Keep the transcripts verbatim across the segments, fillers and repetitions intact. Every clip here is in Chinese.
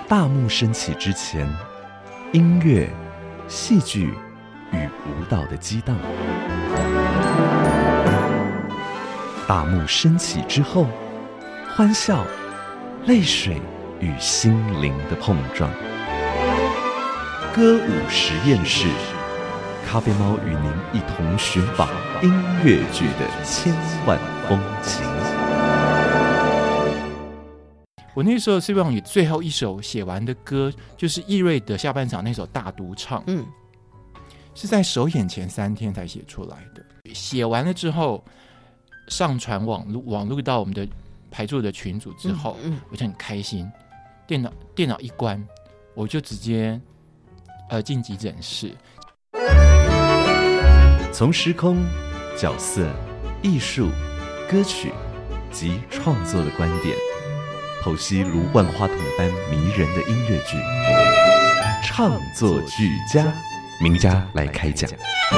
大幕升起之前，音乐、戏剧与舞蹈的激荡；大幕升起之后，欢笑、泪水与心灵的碰撞。歌舞实验室，咖啡猫与您一同寻访音乐剧的千万风情。 我那时候希望你最后一首写完的歌，就是易瑞的下半场那首大独唱，嗯，是在首演前三天才写出来的。写完了之后，上传网路，网路到我们的排座的群组之后，嗯嗯、我就很开心。电脑电脑一关，我就直接呃进急诊室。 从时空、角色、艺术、歌曲及创作的观点，剖析如万花筒般迷人的音乐剧，唱作俱佳，名家来开讲。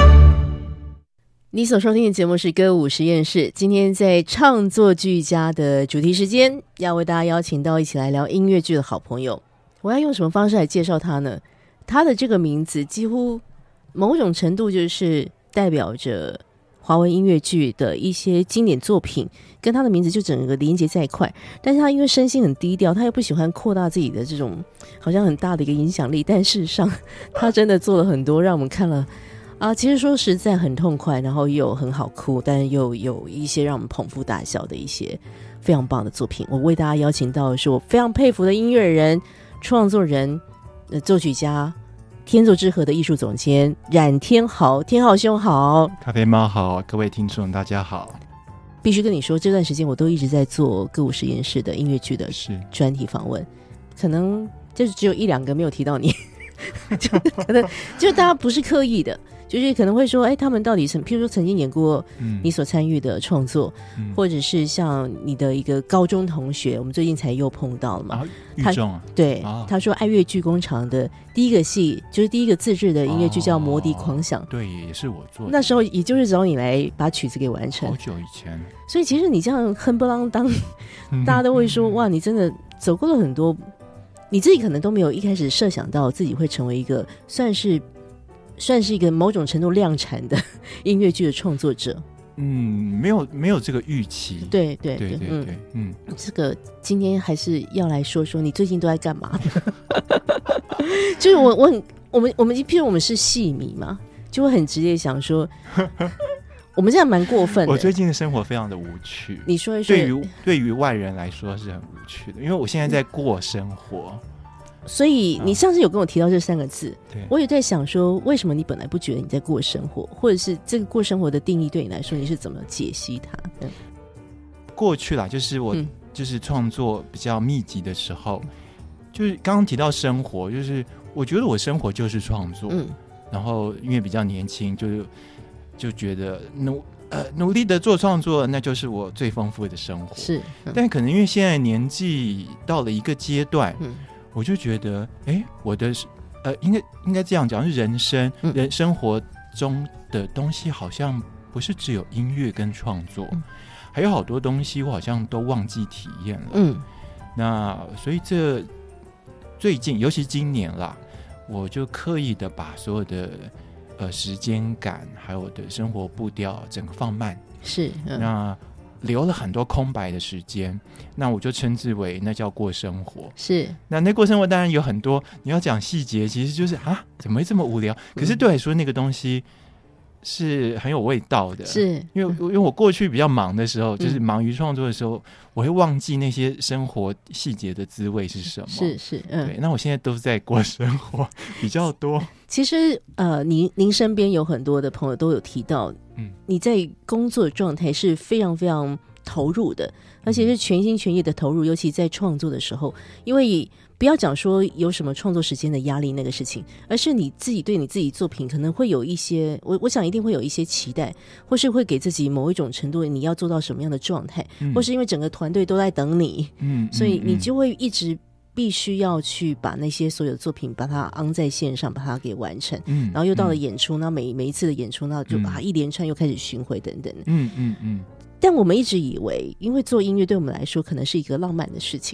你所收听的节目是歌舞实验室，今天在唱作俱佳的主题时间，要为大家邀请到一起来聊音乐剧的好朋友。我要用什么方式来介绍他呢？他的这个名字几乎某种程度就是代表着华文音乐剧的一些经典作品，跟他的名字就整个连接在一块。但是他因为身心很低调，他又不喜欢扩大自己的这种好像很大的一个影响力，但事实上他真的做了很多让我们看了啊，其实说实在很痛快，然后又很好哭，但又有一些让我们捧腹大笑的一些非常棒的作品。我为大家邀请到的是我非常佩服的音乐人、创作人、呃、作曲家、天作之合的艺术总监冉天豪。天豪兄好。 咖啡猫好，各位听众大家好。 必须跟你说，这段时间我都一直在做歌舞实验室的音乐剧的专题访问，可能就是只有一两个没有提到你就可能就大家不是刻意的，就是可能会说，哎，他们到底是，譬如说曾经演过你所参与的创作、嗯、或者是像你的一个高中同学，我们最近才又碰到了嘛， 玉仲啊， 对、啊，他说爱乐剧工厂的第一个戏就是第一个自制的音乐剧叫《魔笛狂想》， 对，也是我做的， 那时候也就是找你来把曲子给完成， 好久以前。 所以其实你这样哼不啷当大家都会说，哇，你真的走过了很多，你自己可能都没有一开始设想到自己会成为一个算是算是一个某种程度量产的音乐剧的创作者。 嗯，没有没有这个预期。 对对对对对，嗯， 嗯，这个今天还是要来说说你最近都在干嘛。就是我我很我们我们譬如我们是戏迷嘛，就会很直接想说。我们这样蛮过分的。 我最近的生活非常的无趣。 你说一说。 对于对于外人来说是很无趣的，因为我现在在过生活。 所以你上次有跟我提到这三个字， 对、啊， 我也在想说，为什么你本来不觉得你在过生活，或者是这个过生活的定义对你来说，你是怎么解析它？嗯、 过去啦，就是我、嗯、就是创作比较密集的时候，就是刚刚提到生活，就是我觉得我生活就是创作，嗯，然后因为比较年轻，就是就觉得努呃努力的做创作，那就是我最丰富的生活。 是， 嗯、但可能因为现在年纪到了一个阶段，嗯。我就觉得，哎，我的呃，应该应该这样讲，是人生、嗯、人生活中的东西，好像不是只有音乐跟创作，嗯、还有好多东西我好像都忘记体验了。嗯，那所以这最近，尤其今年啦，我就刻意的把所有的呃时间感，还有我的生活步调整个放慢。 是，嗯、 那。留了很多空白的时间，那我就称之为那叫过生活。 是， 那那过生活当然有很多，你要讲细节，其实就是啊，怎么会这么无聊？可是对我来说，那个东西是很有味道的。 是， 因为因为我过去比较忙的时候，嗯、就是忙于创作的时候，我会忘记那些生活细节的滋味是什么。 是是，嗯， 对。那我现在都是在过生活比较多。 其实呃，您您身边有很多的朋友都有提到。嗯，你在工作状态是非常非常投入的，而且是全心全意的投入，尤其在创作的时候，因为不要讲说有什么创作时间的压力那个事情，而是你自己对你自己作品可能会有一些，我我想一定会有一些期待，或是会给自己某一种程度你要做到什么样的状态，嗯、或是因为整个团队都在等你，嗯，所以你就会一直必须要去把那些所有的作品把它昂在线上，把它给完成，嗯，然后又到了演出，那、嗯、每每一次的演出，那就把它一连串又开始巡回等等，嗯嗯嗯。但我们一直以为，因为做音乐对我们来说可能是一个浪漫的事情，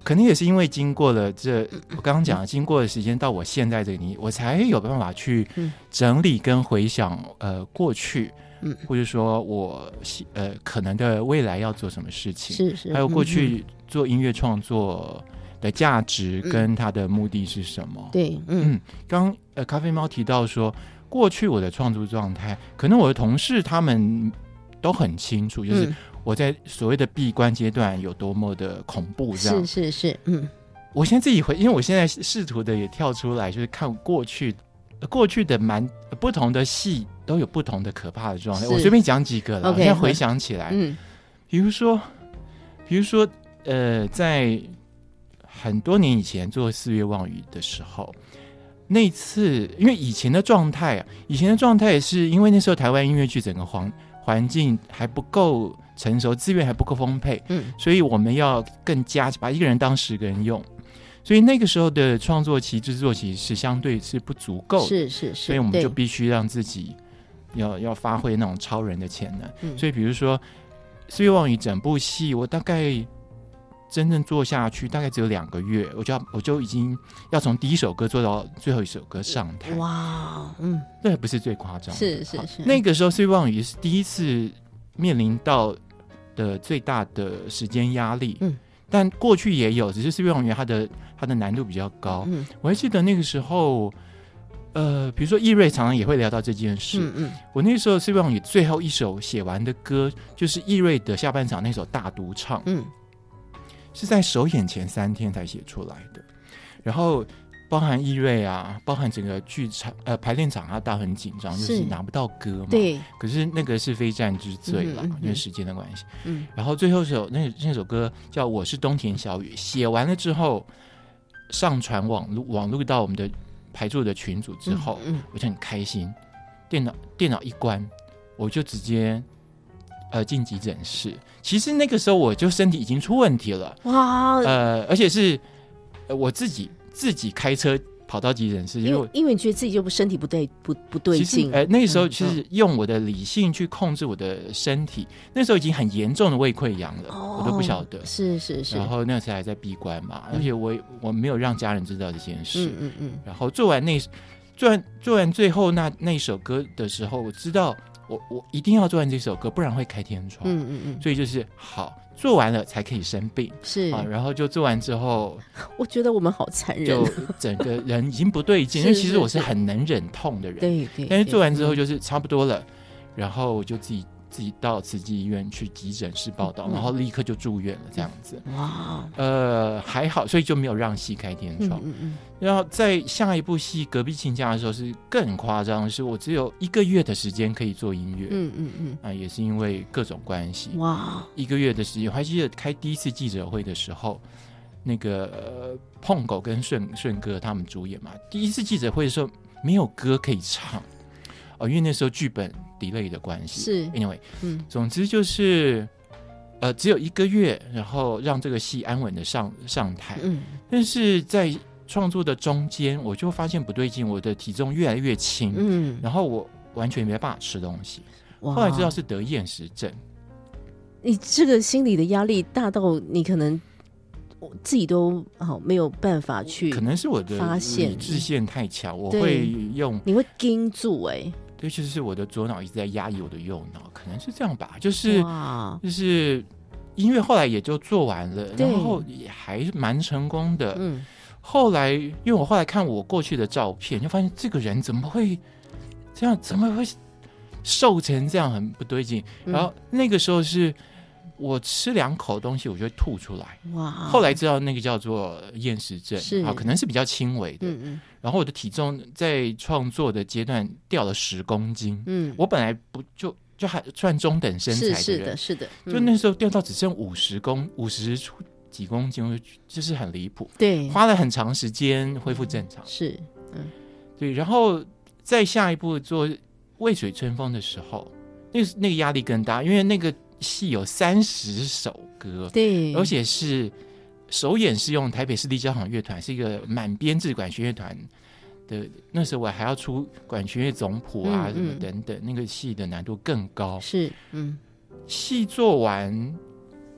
可能也是因为经过了这我刚刚讲的经过的时间到我现在这个年纪，我才有办法去整理跟回想呃过去，嗯，或者说我呃可能的未来要做什么事情， 是是， 还有过去做音乐创作的价值跟它的目的是什么？ 嗯、对， 嗯，刚呃咖啡猫提到说，过去我的创作状态，可能我的同事他们都很清楚，就是、嗯。我在所谓的闭关阶段有多么的恐怖，这样是是是，嗯， 我现在自己回，因为我现在试图的也跳出来，就是看过去过去的蛮不同的戏都有不同的可怕的状态。我随便讲几个了， okay, 我现在回想起来，嗯，比如说，比如说，呃，在很多年以前做四月望雨的时候，那次因为以前的状态啊，以前的状态是因为那时候台湾音乐剧整个环环境还不够成熟，资源还不够丰沛，嗯，所以我们要更加把一个人当十个人用，所以那个时候的创作期制作期是相对是不足够的， 是是是， 所以我们就必须让自己要要发挥那种超人的潜能，嗯，所以比如说四月望雨整部戏我大概真正做下去大概只有两个月，我就要我就已经要从第一首歌做到最后一首歌上台，哇，嗯，这不是最夸张的， 是是是， 那个时候四月望雨是第一次面临到的最大的时间压力，嗯，但过去也有，只是四月望雨它的它的难度比较高，嗯，我还记得那个时候，呃，比如说易瑞常常也会聊到这件事，嗯嗯，我那时候四月望雨最后一首写完的歌就是易瑞的下半场那首大独唱，嗯，是在首演前三天才写出来的，然后包含易瑞啊，包含整个剧场呃排练场，他大很紧张，就是拿不到歌嘛。对。可是那个是非战之罪了，嗯嗯嗯，因为时间的关系。嗯。然后最后首那那首歌叫《我是冬田小雨》，写完了之后上传网路网路到我们的排座的群组之后，嗯嗯，我就很开心。电脑电脑一关，我就直接呃进急诊室。其实那个时候我就身体已经出问题了，哇！呃，而且是呃我自己。自己开车跑到急诊室， 因为因为你觉得自己就身体不对不不对劲， 呃，那时候其实用我的理性去控制我的身体，嗯、那时候已经很严重的胃溃疡了，哦、我都不晓得， 是是是。 然后那时候还在闭关嘛，嗯、而且我我没有让家人知道这件事，嗯嗯嗯。然后做完那做完做完最后那那首歌的时候，我知道我我一定要做完这首歌，不然会开天窗，嗯嗯嗯。所以就是好。做完了才可以生病，是啊，然后就做完之后， 我觉得我们好残忍， 就整个人已经不对劲，因为其实我是很能忍痛的人， 对对， 但是做完之后就是差不多了，然后我就自己自己到慈济医院去急诊室报道，嗯、然后立刻就住院了，这样子，哇，呃，还好，所以就没有让戏开天窗。嗯嗯嗯，然后在下一部戏《隔壁亲家》的时候是更夸张的是，我只有一个月的时间可以做音乐，嗯嗯嗯，啊，也是因为各种关系，哇，一个月的时间，我还记得开第一次记者会的时候，那个、呃、碰狗跟顺顺哥他们主演嘛，第一次记者会的时候没有歌可以唱。哦，因为那时候剧本 delay 的关系，是 anyway， 嗯，总之就是呃只有一个月，然后让这个戏安稳的上上台，嗯，但是在创作的中间，我就发现不对劲，我的体重越来越轻，嗯，然后我完全没办法吃东西，后来知道是得厌食症。 你这个心理的压力大到你可能自己都好没有办法去， 可能是我的理智线太强，我会用你会盯住哎、欸。 对，就是我的左脑一直在压抑我的右脑，可能是这样吧。就是就是音乐后来也就做完了，然后也还蛮成功的。嗯，后来因为我后来看我过去的照片，就发现这个人怎么会这样，怎么会瘦成这样，很不对劲。嗯、然后那个时候是我吃两口东西，我就会吐出来。哇！后来知道那个叫做厌食症，啊，可能是比较轻微的。嗯嗯。然后我的体重在创作的阶段掉了十公斤。嗯，我本来不就就还算中等身材的人， 是的，是的。 嗯、就那时候掉到只剩五十公五十出几公斤，就是很离谱。 对， 花了很长时间恢复正常。 是，嗯， 对。然后再下一步做《渭水春风》的时候，那个那个压力更大，因为那个戏有三十首歌， 对， 而且是首演是用台北市立交响乐团，是一个满编制管弦乐团的。那时候我还要出管弦乐总谱啊，嗯嗯什么等等，那个戏的难度更高。 是，嗯， 戏做完，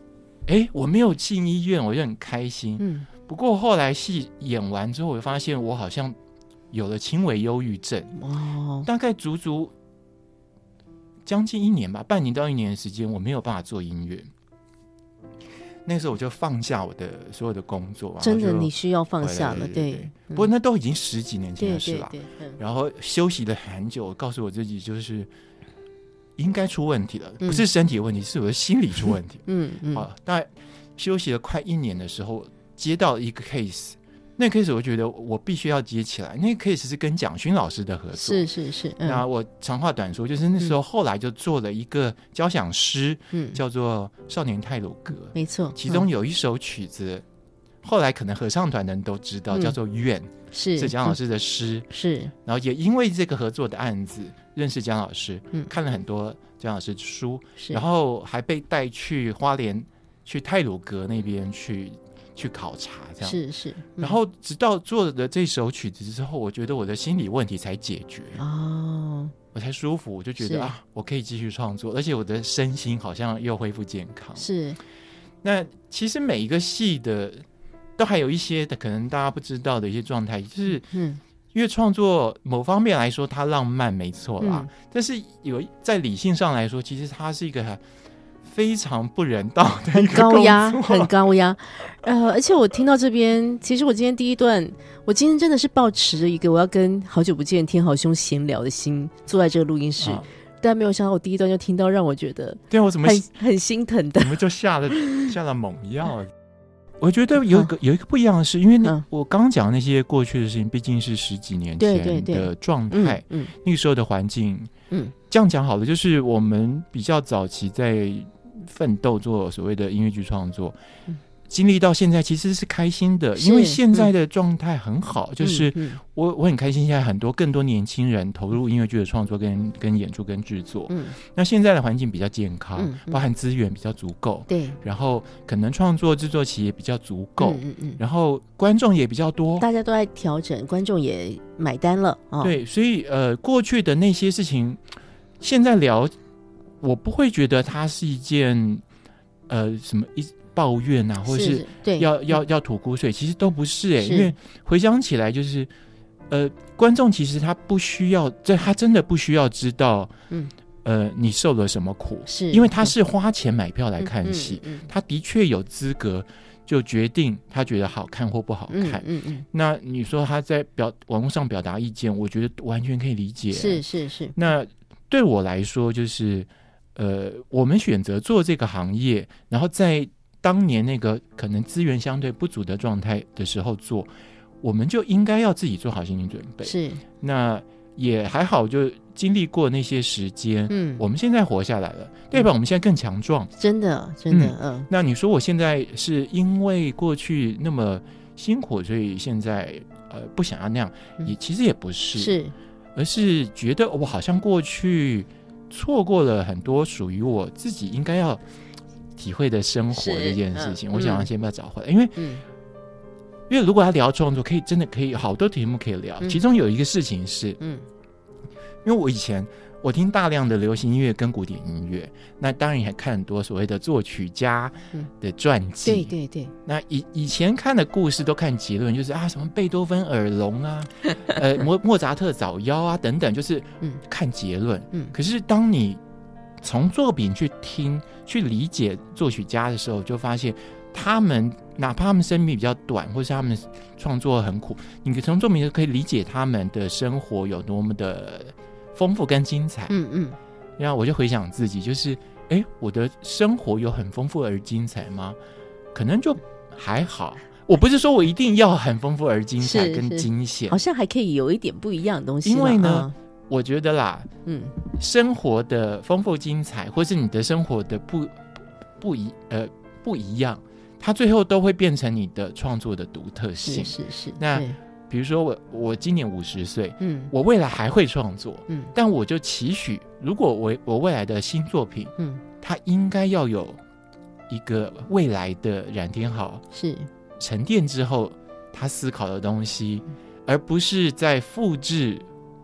哎，我没有进医院，我就很开心。 嗯， 不过后来戏演完之后，我发现我好像有了轻微忧郁症。 哦， 大概足足将近一年吧，半年到一年的时间，我没有办法做音乐。那时候我就放下我的所有的工作， 真的你需要放下了， 对, 对, 对, 对、嗯、 不过那都已经十几年前的事了。 对对对、嗯、然后休息了很久，我告诉我自己就是应该出问题了、 嗯、 不是身体的问题，是我的心理出问题。 嗯嗯， 好，大概休息了快一年的时候，接到一个 case。那个 case 我觉得我必须要接起来，那个 case 是跟蒋勋老师的合作， 是是是、嗯、 那我长话短说，就是那时候后来就做了一个交响诗、嗯、叫做少年太鲁阁， 没错， 其中有一首曲子、嗯、后来可能合唱团的人都知道、嗯、叫做愿， 是是蒋老师的诗、嗯、 是， 然后也因为这个合作的案子认识蒋老师、嗯、看了很多蒋老师的书，然后还被带去花莲去太鲁阁那边去去考察，这样是是、 嗯，然后直到做了这首曲子之后，我觉得我的心理问题才解决哦，我才舒服，我就觉得啊，我可以继续创作，而且我的身心好像又恢复健康。 是， 那其实每一个戏的都还有一些的可能大家不知道的一些状态，就是嗯，因为创作某方面来说它浪漫没错啦、嗯，但是有在理性上来说，其实它是一个非常不人道的一个很高压，很高压。呃，而且我听到这边，其实我今天第一段，我今天真的是抱持着一个我要跟好久不见天豪兄闲聊的心，坐在这个录音室、啊，但没有想到我第一段就听到让我觉得， 对我怎么很很心疼的， 怎么就下了下了猛药？我觉得有一个、啊、有一个不一样的是，因为、啊、我刚讲那些过去的事情，毕竟是十几年前的状态，嗯，那个时候的环境，嗯，这样讲好了，就是我们比较早期在奋斗做所谓的音乐剧创作、嗯、经历到现在其实是开心的，因为现在的状态很好、嗯、就是我我很开心现在很多更多年轻人投入音乐剧的创作跟跟演出跟制作、嗯、那现在的环境比较健康、嗯嗯、包含资源比较足够， 对， 然后可能创作制作期也比较足够、嗯嗯嗯、然后观众也比较多， 大家都在调整，观众也买单了、哦、 对，所以呃过去的那些事情现在聊我不会觉得它是一件呃什么一抱怨啊，或者是要是要要吐苦水，其实都不是哎、欸，因为回想起来就是呃，观众其实他不需要，这他真的不需要知道，嗯，呃，你受了什么苦， 是因为他是花钱买票来看戏、嗯嗯嗯，他的确有资格就决定他觉得好看或不好看。嗯嗯嗯，那你说他在表网络上表达意见，我觉得完全可以理解、啊。 是是是， 那对我来说就是。呃，我们选择做这个行业，然后在当年那个可能资源相对不足的状态的时候做，我们就应该要自己做好心理准备。 是， 那也还好，就经历过那些时间，嗯，我们现在活下来了，代表我们现在更强壮。 真的，真的，嗯。嗯那你说我现在是因为过去那么辛苦，所以现在呃不想要那样，嗯、也其实也不是， 是， 而是觉得我好像过去。错过了很多属于我自己应该要体会的生活这件事情、嗯、我想要先把它找回来、嗯、因为、嗯、因为如果要聊创作可以真的可以好多题目可以聊、嗯、其中有一个事情是嗯，因为我以前我听大量的流行音乐跟古典音乐，那当然也看很多所谓的作曲家的传记、 嗯、对对对， 那以以前看的故事都看结论，就是啊什么贝多芬耳聋啊呃莫莫扎特早夭啊等等，就是看结论、嗯、可是当你从作品去听去理解作曲家的时候，就发现他们哪怕他们生命比较短，或是他们创作很苦，你从作品就可以理解他们的生活有多么的丰富跟精彩。嗯嗯，然后我就回想自己，就是哎，我的生活有很丰富而精彩吗？可能就还好。我不是说我一定要很丰富而精彩跟惊险， 好像还可以有一点不一样的东西。 因为呢、嗯、我觉得啦，嗯，生活的丰富精彩，或是你的生活的不不一呃不一样，它最后都会变成你的创作的独特性。 是是是。 那比如说我我今年五十岁，嗯，我未来还会创作，嗯，但我就期许，如果我我未来的新作品，嗯，它应该要有一个未来的冉天豪是沉淀之后他思考的东西，而不是在复制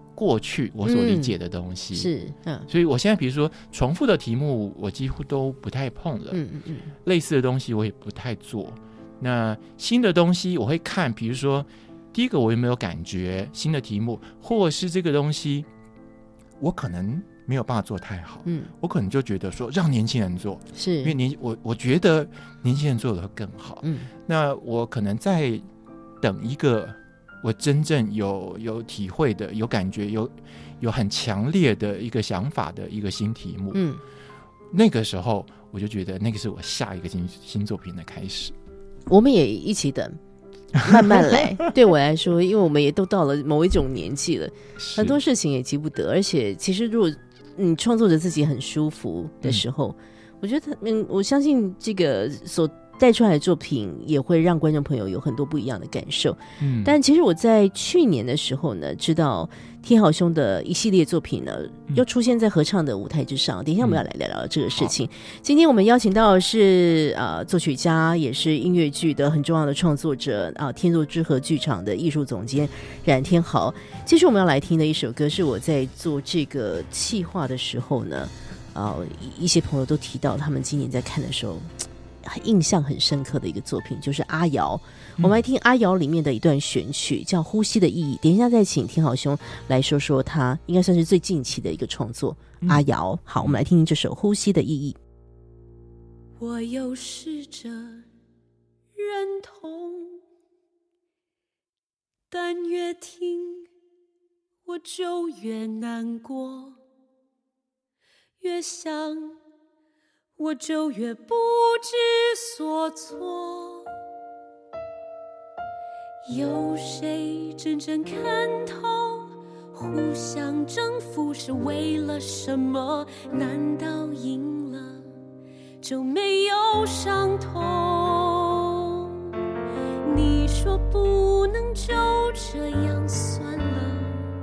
过去我所理解的东西， 嗯、是，嗯， 所以我现在比如说重复的题目，我几乎都不太碰了， 嗯嗯嗯， 类似的东西我也不太做。那新的东西我会看，比如说第一个我有没有感觉新的题目，或者是这个东西我可能没有办法做太好， 嗯， 我可能就觉得说让年轻人做， 是因为年我我觉得年轻人做的会更好， 嗯， 那我可能再等一个我真正有有体会的、有感觉、有有很强烈的一个想法的一个新题目， 嗯， 那个时候我就觉得那个是我下一个新新作品的开始。 我们也一起等，慢慢来。对我来说，因为我们也都到了某一种年纪了，很多事情也急不得。而且，其实如果你创作者自己很舒服的时候，嗯、我觉得，嗯，我相信这个所带出来的作品也会让观众朋友有很多不一样的感受。嗯，但其实我在去年的时候呢，知道天豪兄的一系列作品呢，嗯、又出现在合唱的舞台之上。等一下我们要来聊聊这个事情。嗯、今天我们邀请到的是呃作曲家，也是音乐剧的很重要的创作者啊、呃，天作之合剧场的艺术总监冉天豪。其实我们要来听的一首歌，是我在做这个企划的时候呢，啊、呃，一些朋友都提到，他们今年在看的时候。印象很深刻的一个作品就是阿瑶、嗯、我们来听阿瑶里面的一段选曲叫呼吸的意义。等一下再请天豪兄来说说他应该算是最近期的一个创作、嗯、阿瑶。好，我们来听听这首呼吸的意义。 我有试着认同，但越听我就越难过，越想我就越不知所措。有谁真正看透互相征服是为了什么？难道赢了就没有伤痛？你说不能就这样算了，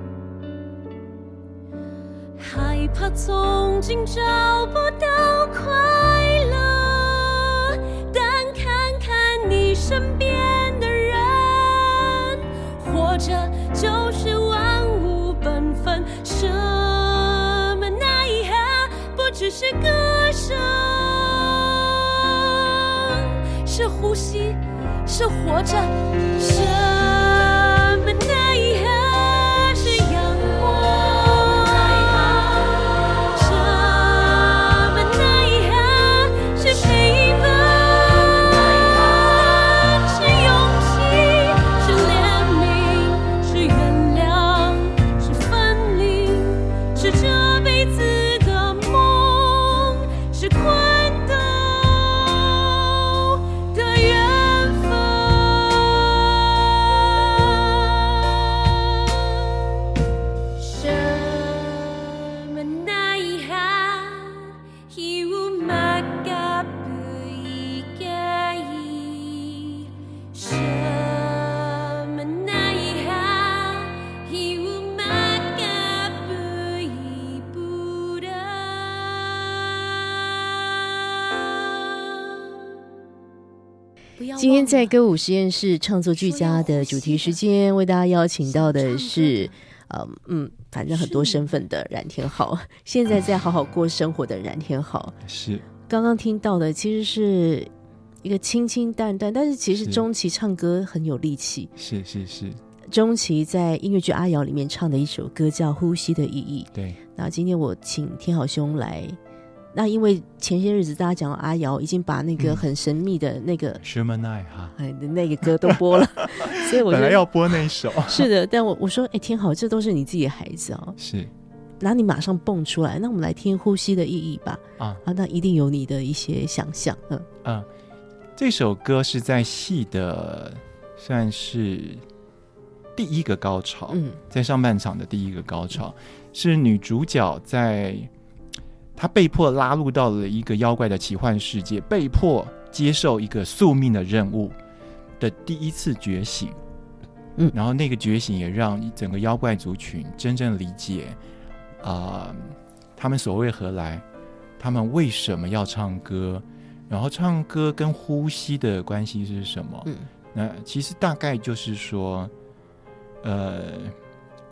害怕从今找不到快乐，但看看你身边的人，活着就是万物本分，什么呐喊不只是歌声，是呼吸，是活着，什么呐喊是阳光。 今天在歌舞实验室创作俱佳的主题时间，为大家邀请到的是呃嗯，反正很多身份的冉天豪，现在在好好过生活的冉天豪。 是刚刚听到的其实是一个清清淡淡，但是其实钟琪唱歌很有力气。 是是是， 钟琪在音乐剧《阿瑶》里面唱的一首歌叫《呼吸的意义》。 对， 那今天我请天豪兄来。那因为前些日子大家讲到阿瑶已经把那个很神秘的那个 Sherman I 哈， 哎，那个歌都播了，所以我本来要播那一首， 是的，但我我说，哎，天豪，这都是你自己的孩子哦， 是， 然后你马上蹦出来，那我们来听呼吸的意义吧， 啊啊，那一定有你的一些想象，嗯嗯，这首歌是在戏的算是第一个高潮，嗯，在上半场的第一个高潮，是女主角在。他被迫拉入到了一个妖怪的奇幻世界，被迫接受一个宿命的任务的第一次觉醒。嗯，然后那个觉醒也让整个妖怪族群真正理解，啊、呃，他们所谓何来，他们为什么要唱歌，然后唱歌跟呼吸的关系是什么？嗯，那其实大概就是说，呃。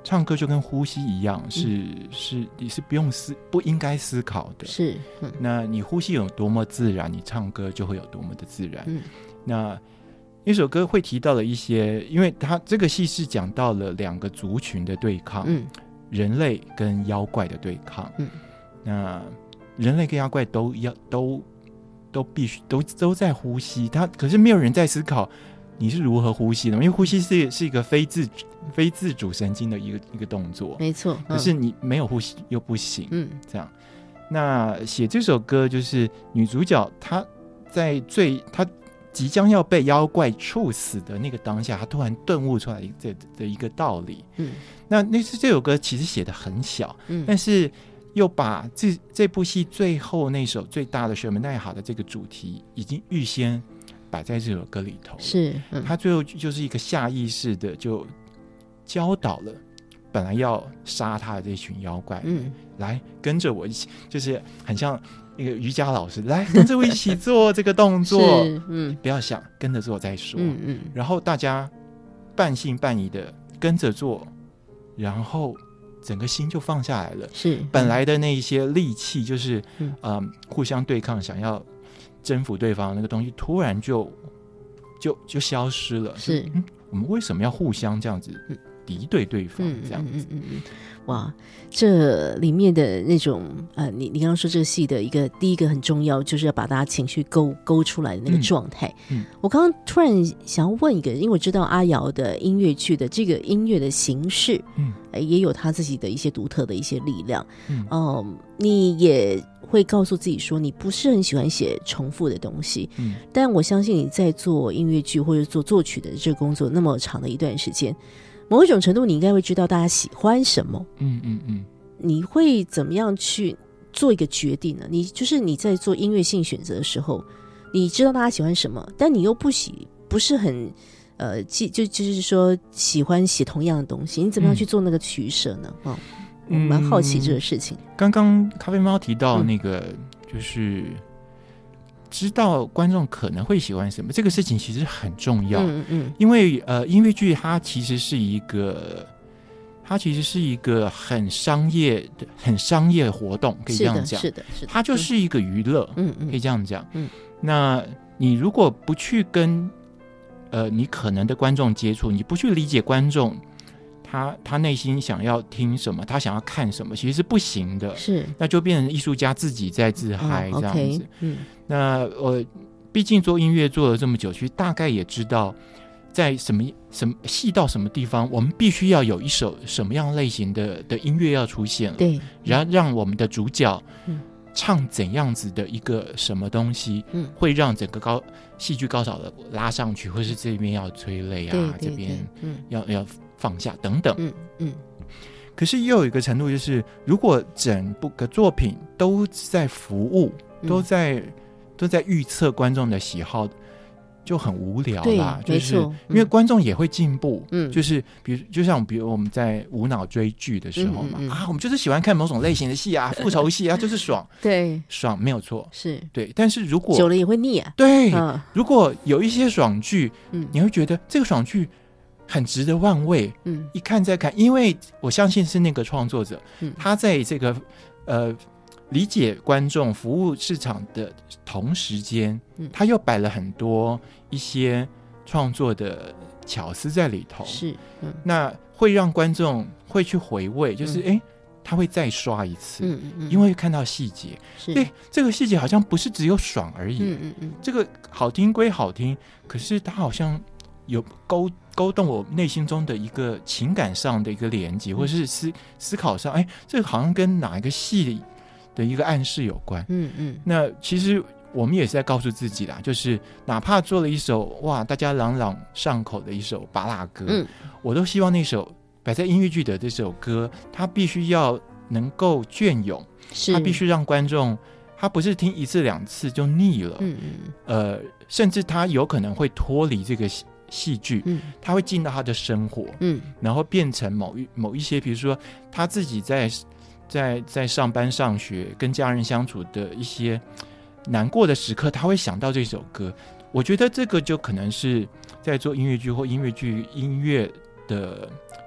唱歌就跟呼吸一样，是、嗯、是你是不用思不应该思考的。 是、嗯， 那你呼吸有多么自然，你唱歌就会有多么的自然。 嗯， 那那首歌会提到了一些，因为它这个戏是讲到了两个族群的对抗， 嗯， 人类跟妖怪的对抗。 嗯， 那人类跟妖怪都要都都必须都都在呼吸，他可是没有人在思考你是如何呼吸的，因为呼吸是是一个非自非自主神经的一个一个动作， 没错。 可是你没有呼吸又不行， 嗯， 这样。那写这首歌就是女主角她在最她即将要被妖怪处死的那个当下，她突然顿悟出来这的一个道理。 嗯， 那那是这首歌其实写得很小， 嗯， 但是又把这这部戏最后那首最大的雪门奈哈的这个主题已经预先摆在这首歌里头了。 是，嗯， 他最后就是一个下意识的就教导了本来要杀他的这群妖怪， 嗯， 来跟着我一起，就是很像一个瑜伽老师，来跟着我一起做这个动作， 嗯， 不要想，跟着做再说， 嗯嗯， 然后大家半信半疑的跟着做，然后整个心就放下来了。 是， 本来的那一些戾气，就是嗯、 呃、互相对抗，想要征服对方的那个东西，突然就就就消失了。 是， 嗯，我们为什么要互相这样子敌对对方？ 嗯、 这样子， 嗯嗯嗯，哇，这里面的那种呃，你你刚刚说这个戏的一个第一个很重要，就是要把大家情绪勾勾出来的那个状态。 嗯，嗯我刚刚突然想要问一个，因为我知道阿瑶的音乐剧的这个音乐的形式， 嗯， 呃、也有他自己的一些独特的一些力量。 嗯， 哦、呃，你也会告诉自己说，你不是很喜欢写重复的东西。 嗯， 但我相信你在做音乐剧或者做作曲的这个工作那么长的一段时间，某一种程度你应该会知道大家喜欢什么。 嗯嗯嗯， 你会怎么样去做一个决定呢？你就是你在做音乐性选择的时候，你知道大家喜欢什么，但你又不喜不是很呃，就就是说喜欢写同样的东西，你怎么样去做那个取舍呢？嗯、哦，我蛮好奇这个事情。 刚刚咖啡猫提到那个，就是知道观众可能会喜欢什么，这个事情其实很重要。 嗯嗯， 因为呃，音乐剧它其实是一个，它其实是一个很商业的、很商业活动，可以这样讲。 是的，是的，是的， 它就是一个娱乐。 嗯嗯， 可以这样讲。 嗯， 那你如果不去跟呃你可能的观众接触，你不去理解观众。他他内心想要听什么，他想要看什么，其实是不行的。 是， 那就变成艺术家自己在自嗨这样子。 哦 okay, 嗯， 那我毕竟做音乐做了这么久，其实大概也知道在什么什么戏到什么地方，我们必须要有一首什么样类型的的音乐要出现了。 对， 然后让我们的主角嗯唱怎样子的一个什么东西， 嗯， 会让整个高戏剧高潮的拉上去，或是这边要催泪啊， 对对对这边嗯要要放下等等。 嗯嗯。 可是又有一个程度，就是如果整部个作品都在服务， 嗯、 都在都在预测观众的喜好，就很无聊啦。 对， 就是因为观众也会进步。 嗯， 就是比如就像比如我们在无脑追剧的时候嘛， 嗯嗯嗯啊，我们就是喜欢看某种类型的戏啊，复仇戏啊，就是爽。 对， 爽没有错， 是对。但是如果久了也会腻啊。 对， 嗯、 如果有一些爽剧， 嗯， 你会觉得这个爽剧很值得玩味， 嗯， 一看再看，因为我相信是那个创作者， 嗯， 他在这个呃理解观众、服务市场的同时间， 嗯， 他又摆了很多一些创作的巧思在里头， 是，嗯， 那会让观众会去回味，就是哎、嗯，他会再刷一次， 嗯嗯嗯， 因为看到细节， 是， 对，这个细节好像不是只有爽而已， 嗯嗯嗯， 这个好听归好听，可是它好像有勾勾动我内心中的一个情感上的一个连接，嗯、或者是思思考上，哎，这个好像跟哪一个戏的一个暗示有关。 嗯嗯， 那其实我们也是在告诉自己啦，就是哪怕做了一首哇大家朗朗上口的一首芭乐歌， 嗯， 我都希望那首摆在音乐剧的这首歌，它必须要能够隽永，它必须让观众。他不是听一次两次就腻了， 嗯嗯， 呃，甚至他有可能会脱离这个戏剧， 嗯， 他会进到他的生活， 嗯， 然后变成某一某一些，比如说他自己在在在上班上学跟家人相处的一些难过的时刻，他会想到这首歌。我觉得这个就可能是在做音乐剧或音乐剧音乐的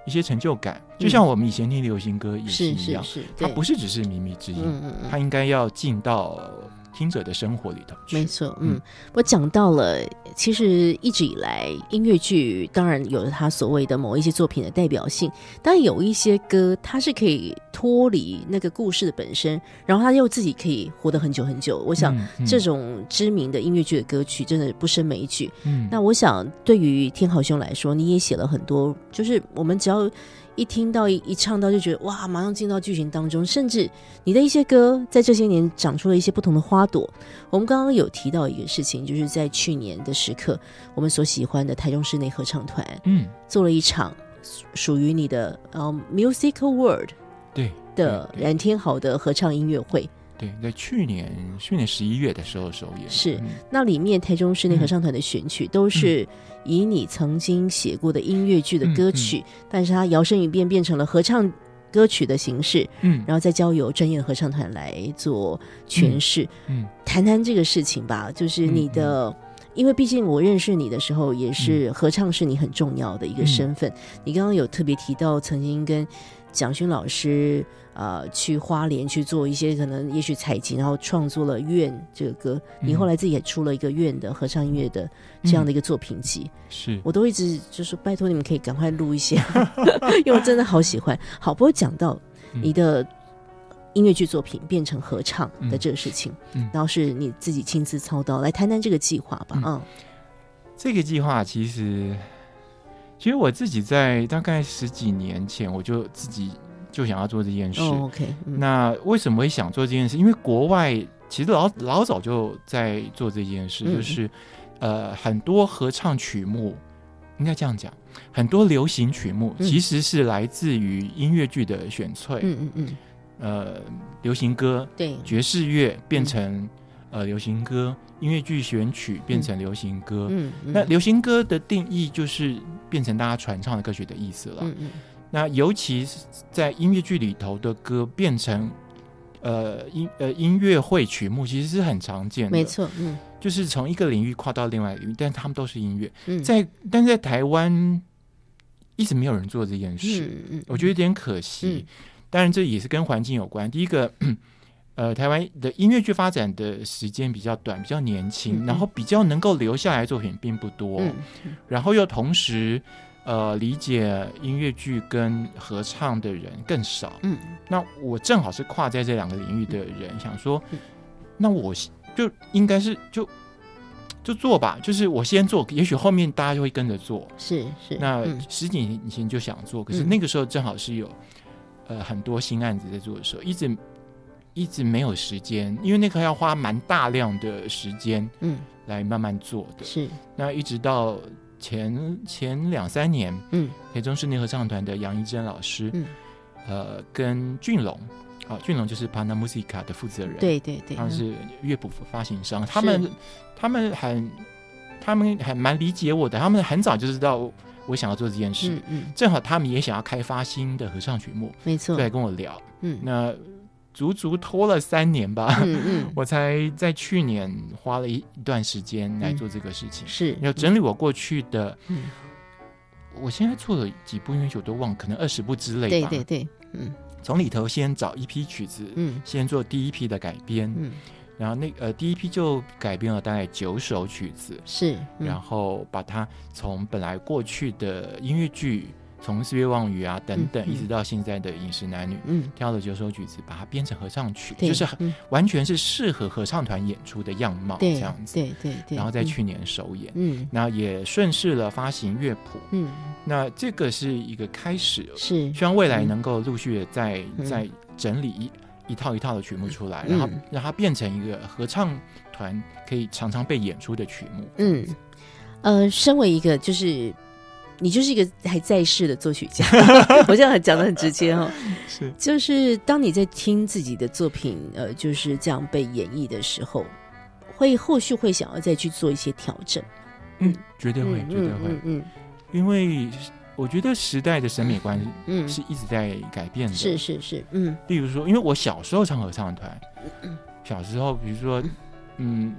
一些成就感，就像我们以前听流行歌也是一样， 是是是， 它不是只是靡靡之音， 嗯嗯嗯， 它应该要进到听者的生活里头去。 没错，嗯，我讲到了，其实一直以来音乐剧当然有了它所谓的某一些作品的代表性，但有一些歌它是可以脱离那个故事的本身，然后它又自己可以活得很久很久。我想、嗯嗯、这种知名的音乐剧的歌曲真的不胜枚举。嗯，那我想对于天豪兄来说，你也写了很多，就是我们只要一听到 一, 一唱到就觉得哇，马上进到剧情当中，甚至你的一些歌在这些年长出了一些不同的花朵。我们刚刚有提到一个事情，就是在去年的时刻，我们所喜欢的台中室内合唱团，嗯，做了一场属于你的、um, Musical World 对的冉天豪的合唱音乐会。 对，在去年去年十一月的时候首演， 是、嗯、那里面台中室内合唱团的选曲、嗯、都是以你曾经写过的音乐剧的歌曲、嗯嗯、但是它摇身一变变成了合唱歌曲的形式，嗯，然后再交由专业的合唱团来做诠释。嗯，谈谈这个事情吧，就是你的、嗯嗯、因为毕竟我认识你的时候也是合唱是你很重要的一个身份、嗯、你刚刚有特别提到曾经跟蒋勋老师呃，去花莲去做一些可能也许采集，然后创作了愿这个歌、嗯、你后来自己也出了一个愿的合唱音乐的这样的一个作品集、嗯、 是我都一直就说拜托你们可以赶快录一些因为我真的好喜欢。好，不过讲到你的音乐剧作品变成合唱的这个事情、嗯嗯、然后是你自己亲自操刀，来谈谈这个计划吧。 嗯, 嗯， 这个计划其实其实我自己在大概十几年前我就自己就想要做这件事、 oh, okay, 嗯、 那为什么会想做这件事？因为国外其实 老, 老早就在做这件事、嗯、就是呃很多合唱曲目，应该这样讲，很多流行曲目其实是来自于音乐剧的选粹。嗯嗯嗯，呃，流行歌对爵士乐变成、嗯、呃流行歌，音乐剧选曲变成流行歌。嗯嗯，那流行歌的定义就是变成大家传唱的歌曲的意思了。嗯嗯，那尤其是在音乐剧里头的歌变成呃音呃音乐会曲目，其实是很常见的。 没错，嗯，就是从一个领域跨到另外一个领域，但他们都是音乐。嗯，在但在台湾一直没有人做这件事，嗯嗯，我觉得有点可惜。嗯，当然这也是跟环境有关。第一个，呃，台湾的音乐剧发展的时间比较短，比较年轻，嗯，然后比较能够留下来的作品并不多，嗯嗯，然后又同时。呃，理解音乐剧跟合唱的人更少。嗯，那我正好是跨在这两个领域的人，嗯，想说，嗯，那我就应该是就就做吧，就是我先做，也许后面大家就会跟着做。 是是。 那十几年以前就想做，嗯，可是那个时候正好是有呃很多新案子在做的时候，一直一直没有时间，因为那个要花蛮大量的时间，嗯，来慢慢做的。是。那一直到。前前两三年，嗯，台中室内合唱团的杨一珍老师，嗯，呃，跟俊龙，啊，俊龙就是 Pana Musica 的负责人， 对对对， 他是乐谱发行商，他们他们很他们还蛮理解我的，他们很早就知道我想要做这件事，嗯嗯，正好他们也想要开发新的合唱曲目， 没错， 就来跟我聊，嗯，那。足足拖了三年吧，嗯嗯，我才在去年花了一段时间来做这个事情，嗯，是要整理我过去的，嗯，我现在做了几部音乐剧我都忘，可能二十部之类吧， 对对对，嗯， 从里头先找一批曲子，嗯，先做第一批的改编，嗯，然后那呃第一批就改编了大概九首曲子， 是， 嗯，然后把它从本来过去的音乐剧。从四月望雨啊等等，嗯嗯，一直到现在的饮食男女，嗯，挑了九首曲子，把它编成合唱曲，就是、嗯、完全是适合合唱团演出的样貌，这样子。 对对对。 然后在去年首演，嗯，然后也顺势了发行乐谱，嗯，那这个是一个开始，是希望未来能够陆续的再、嗯、再整理一一套一套的曲目出来，嗯，然后让它变成一个合唱团可以常常被演出的曲目。 嗯，呃，身为一个就是。你就是一个还在世的作曲家我这样讲得很直接哦，是就是当你在听自己的作品呃就是这样被演绎的时候，会后续会想要再去做一些调整。 嗯，绝对会，嗯，绝对会，嗯嗯，因为我觉得时代的审美观嗯是一直在改变的， 是是是，嗯， 例如说，因为我小时候唱合唱团，嗯，小时候比如说，嗯。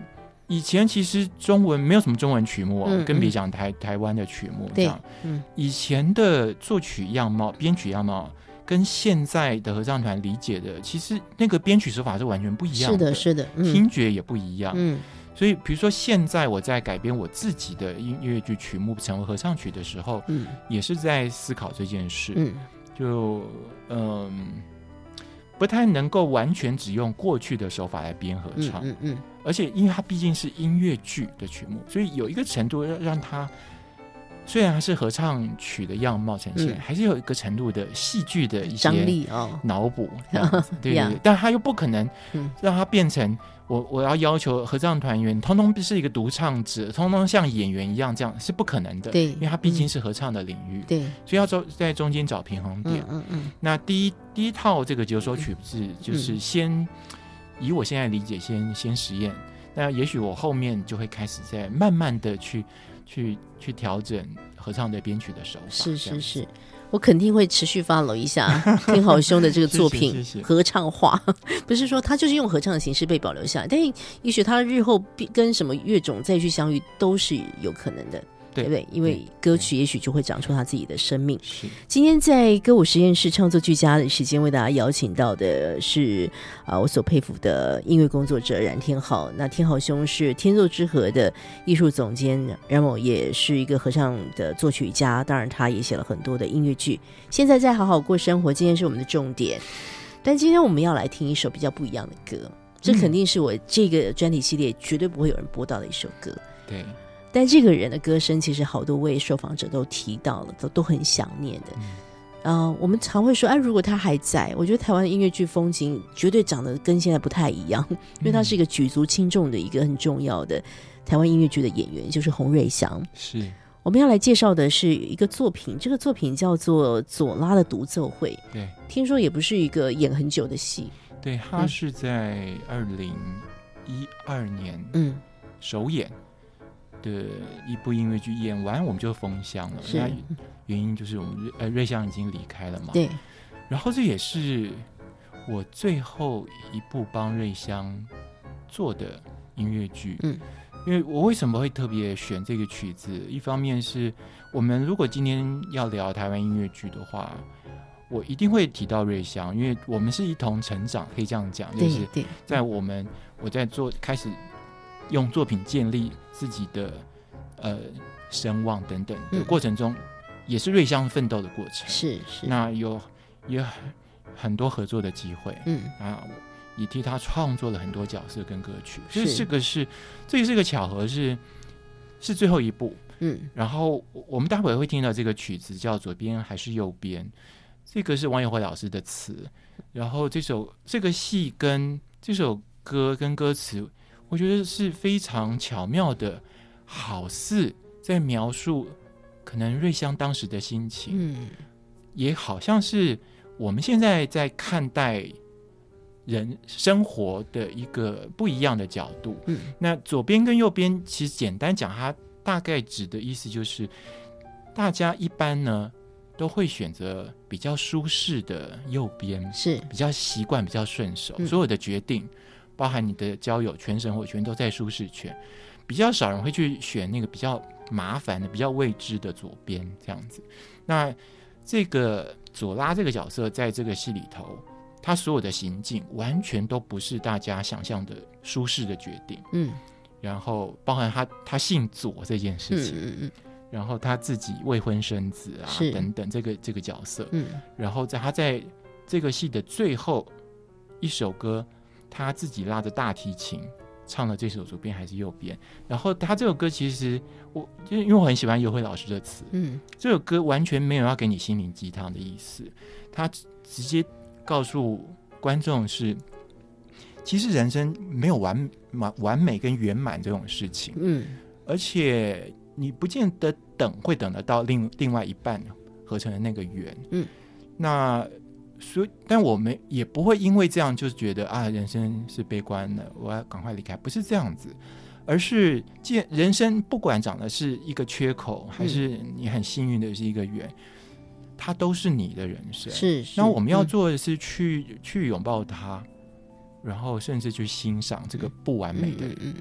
以前其实中文没有什么中文曲目、哦嗯、更别讲台台湾的曲目这样。嗯，以前的作曲样貌、编曲样貌跟现在的合唱团理解的，其实那个编曲手法是完全不一样的， 是的，是的， 嗯、听觉也不一样。嗯，所以比如说现在我在改编我自己的音乐剧曲目成为合唱曲的时候，嗯，也是在思考这件事。嗯，就嗯。不太能够完全只用过去的手法来编合唱，嗯嗯嗯，而且因为它毕竟是音乐剧的曲目，所以有一个程度让它虽然它是合唱曲的样貌呈现，嗯、还是有一个程度的戏剧的一些张力哦， 脑补这样子，对对对，但它又不可能让它变成我我要要求合唱团员通通是一个独唱者，通通像演员一样，这样是不可能的， 对， 因为它毕竟是合唱的领域， 对、 嗯，所以要在中间找平衡点。嗯嗯嗯。那第一第一套这个九首曲子就是先、嗯、以我现在理解先先实验，那也许我后面就会开始在慢慢的去去去调整合唱的编曲的手法。 是是是。我肯定会持续 follow 一下天豪兄的这个作品合唱化，不是说他就是用合唱的形式被保留下来，但也许他日后跟什么乐种再去相遇都是有可能的，对不对？因为歌曲也许就会长出他自己的生命。今天在歌舞实验室创作俱佳的时间，为大家邀请到的是啊、呃，我所佩服的音乐工作者冉天豪。那天豪兄是天作之合的艺术总监，然后也是一个合唱的作曲家，当然他也写了很多的音乐剧。现在在好好过生活，今天是我们的重点，但今天我们要来听一首比较不一样的歌，这肯定是我这个专题系列绝对不会有人播到的一首歌。 对。 但这个人的歌声其实好多位受访者都提到了，都都很想念的。嗯呃、我们常会说，哎、啊，如果他还在，我觉得台湾的音乐剧风景绝对长得跟现在不太一样，因为他是一个举足轻重的一个很重要的台湾音乐剧的演员，就是洪瑞祥。 是， 我们要来介绍的是一个作品，这个作品叫做《左拉的独奏会》。 对， 听说也不是一个演很久的戏。 对，他是在二零一二年嗯首演。的一部音乐剧演完我们就封箱了，那原因就是我们呃瑞香已经离开了嘛。 对。 然后这也是我最后一部帮瑞香做的音乐剧。嗯。因为我为什么会特别选这个曲子？一方面是我们如果今天要聊台湾音乐剧的话，我一定会提到瑞香，因为我们是一同成长，可以这样讲，就是在我们我在做开始。用作品建立自己的呃声望等等的过程中，嗯、也是瑞香奋斗的过程。 是是。 那有也很多合作的机会，嗯啊，也替他创作了很多角色跟歌曲。所以这个是这个是个巧合是，是是最后一部。嗯。然后我们待会会听到这个曲子叫《左边还是右边》，这个是王友辉老师的词。然后这首这个戏跟这首歌跟歌词。我觉得是非常巧妙的，好似在描述可能瑞香当时的心情，嗯，也好像是我们现在在看待人生活的一个不一样的角度。嗯，那左边跟右边，其实简单讲，它大概指的意思就是，大家一般呢都会选择比较舒适的右边， 是比较习惯、比较顺手，嗯、所有的决定。包含你的交友全生活全都在舒适圈，比较少人会去选那个比较麻烦的、比较未知的左边这样子。那这个左拉这个角色在这个戏里头，他所有的行径完全都不是大家想象的舒适的决定。嗯，然后包含他他姓左这件事情，嗯嗯嗯，然后他自己未婚生子啊等等，这个这个角色，嗯，然后在他在这个戏的最后一首歌。他自己拉着大提琴唱了这首左边还是右边，然后他这首歌其实我因为我很喜欢友辉老师的词，嗯，这首歌完全没有要给你心灵鸡汤的意思，他直接告诉观众是，其实人生没有完完美跟圆满这种事情，嗯，而且你不见得等会等得到另另外一半合成的那个圆，嗯，那。所以，但我们也不会因为这样就觉得啊，人生是悲观的，我要赶快离开，不是这样子，而是既人生不管长的是一个缺口，还是你很幸运的是一个圆，它都是你的人生。 是，是那我们要做的是去、嗯、去拥抱它，然后甚至去欣赏这个不完美的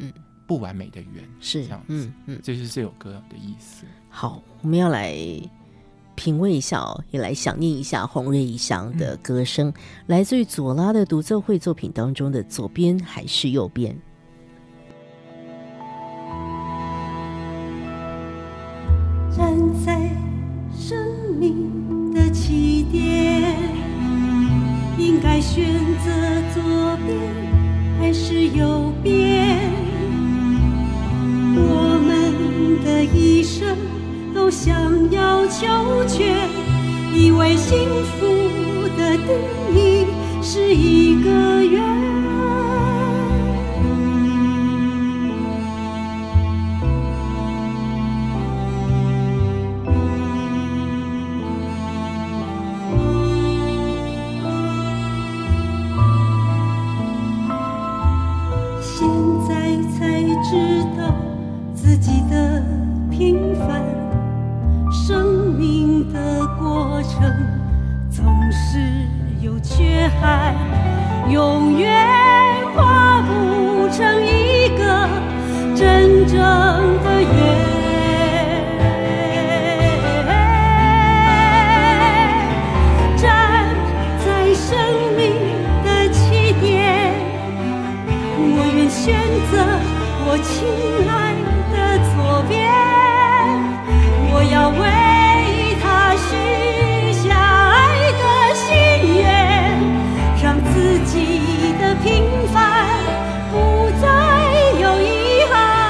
不完美的圆， 是这样子， 嗯嗯， 这是这首歌的意思。 好，我们要来品味一下哦，也来想念一下洪瑞一翔的歌声，嗯、来自于左拉的独奏会作品当中的《左边还是右边》。 站在生命的起点，应该选择左边还是右边？我们的一生都想要求全，以为幸福的定义是一个圆。现在才知道自己的平凡，生命的过程总是有缺憾，永远画不成一个真正的圆。站在生命的起点，我愿选择我亲爱的左边，我要为他许下爱的心愿，让自己的平凡不再有遗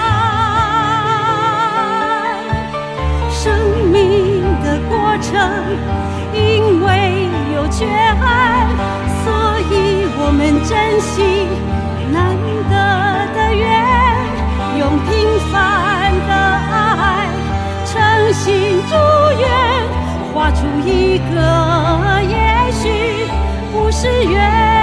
憾。生命的过程因为有缺憾，所以我们珍惜难得的缘，用平凡的爱诚心祝愿，画出一个也许不是缘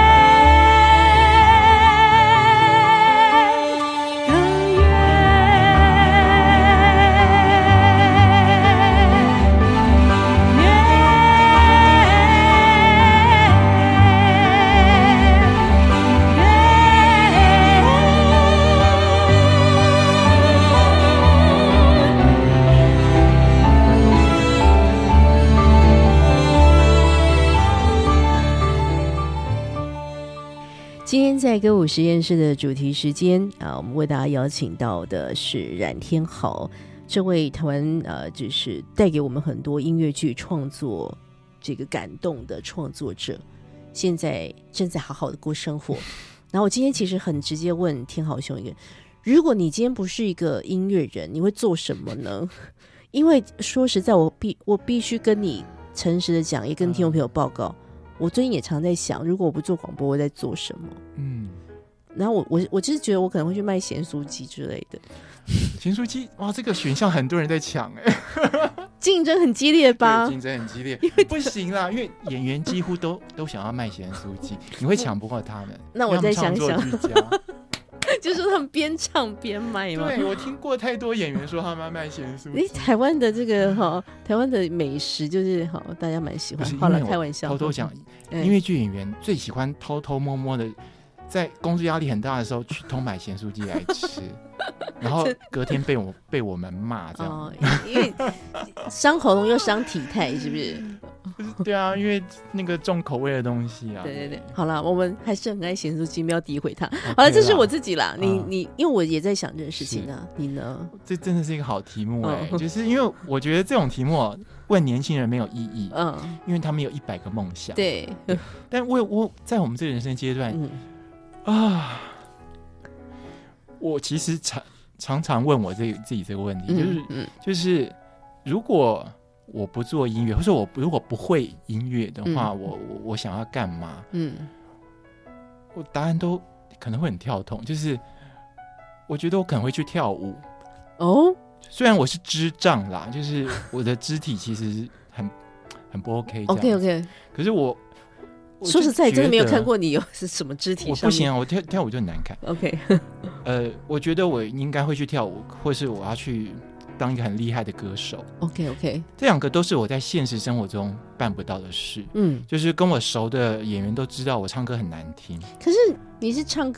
今天在歌舞实验室的主题时间啊，我们为大家邀请到的是冉天豪，这位台湾呃，就是带给我们很多音乐剧创作这个感动的创作者，现在正在好好的过生活。然后我今天其实很直接问天豪兄一个，如果你今天不是一个音乐人，你会做什么呢？因为说实在，我必我必须跟你诚实的讲，也跟听众朋友报告。我最近也常在想，如果我不做广播，我在做什么？嗯，然后我我我就是觉得我可能会去卖咸酥鸡之类的。 咸酥鸡，哇，这个选项很多人在抢哎， 竞争很激烈吧？ 竞争很激烈，不行啦，因为演员几乎都都想要卖咸酥鸡，你会抢不过他们。 那我再想想。 就是他们边唱边卖嘛。 对，我听过太多演员说他们要卖咸酥鸡。 台湾的这个哈，台湾的美食就是好，大家蛮喜欢。好了，开玩笑。 偷偷讲，音乐剧演员最喜欢偷偷摸摸的，在工作压力很大的时候去偷买咸酥鸡来吃，然后隔天被我被我们骂这样。哦， 因为伤喉咙又伤体态，是不是？ 对啊，因为那个重口味的东西啊。 对对对，好了，我们还是很爱咸酥鸡，不要诋毁他。好了，这是我自己啦。你你，因为我也在想这件事情啊，你呢？ 这真的是一个好题目哎、欸，哦、就是因为我觉得这种题目问年轻人没有意义，嗯，因为他们有一百个梦想。 对， 但我我在我们这个人生阶段、嗯、啊，我其实常常常问我这自己这个问题，就是、嗯、就是如果我不做音乐，或者我如果不会音乐的话，嗯、我我我想要干嘛？嗯，我答案都可能会很跳痛，就是我觉得我可能会去跳舞哦。虽然我是肢障啦，就是我的肢体其实很很不 OK 这样。 OK OK， 可是我说实在真的没有看过你有是什么肢体上面。 我不行啊，我跳跳舞就很难看。 OK， 呃，我觉得我应该会去跳舞，或是我要去当一个很厉害的歌手。 OK OK， 这两个都是我在现实生活中办不到的事。嗯，就是跟我熟的演员都知道我唱歌很难听。 可是你是唱歌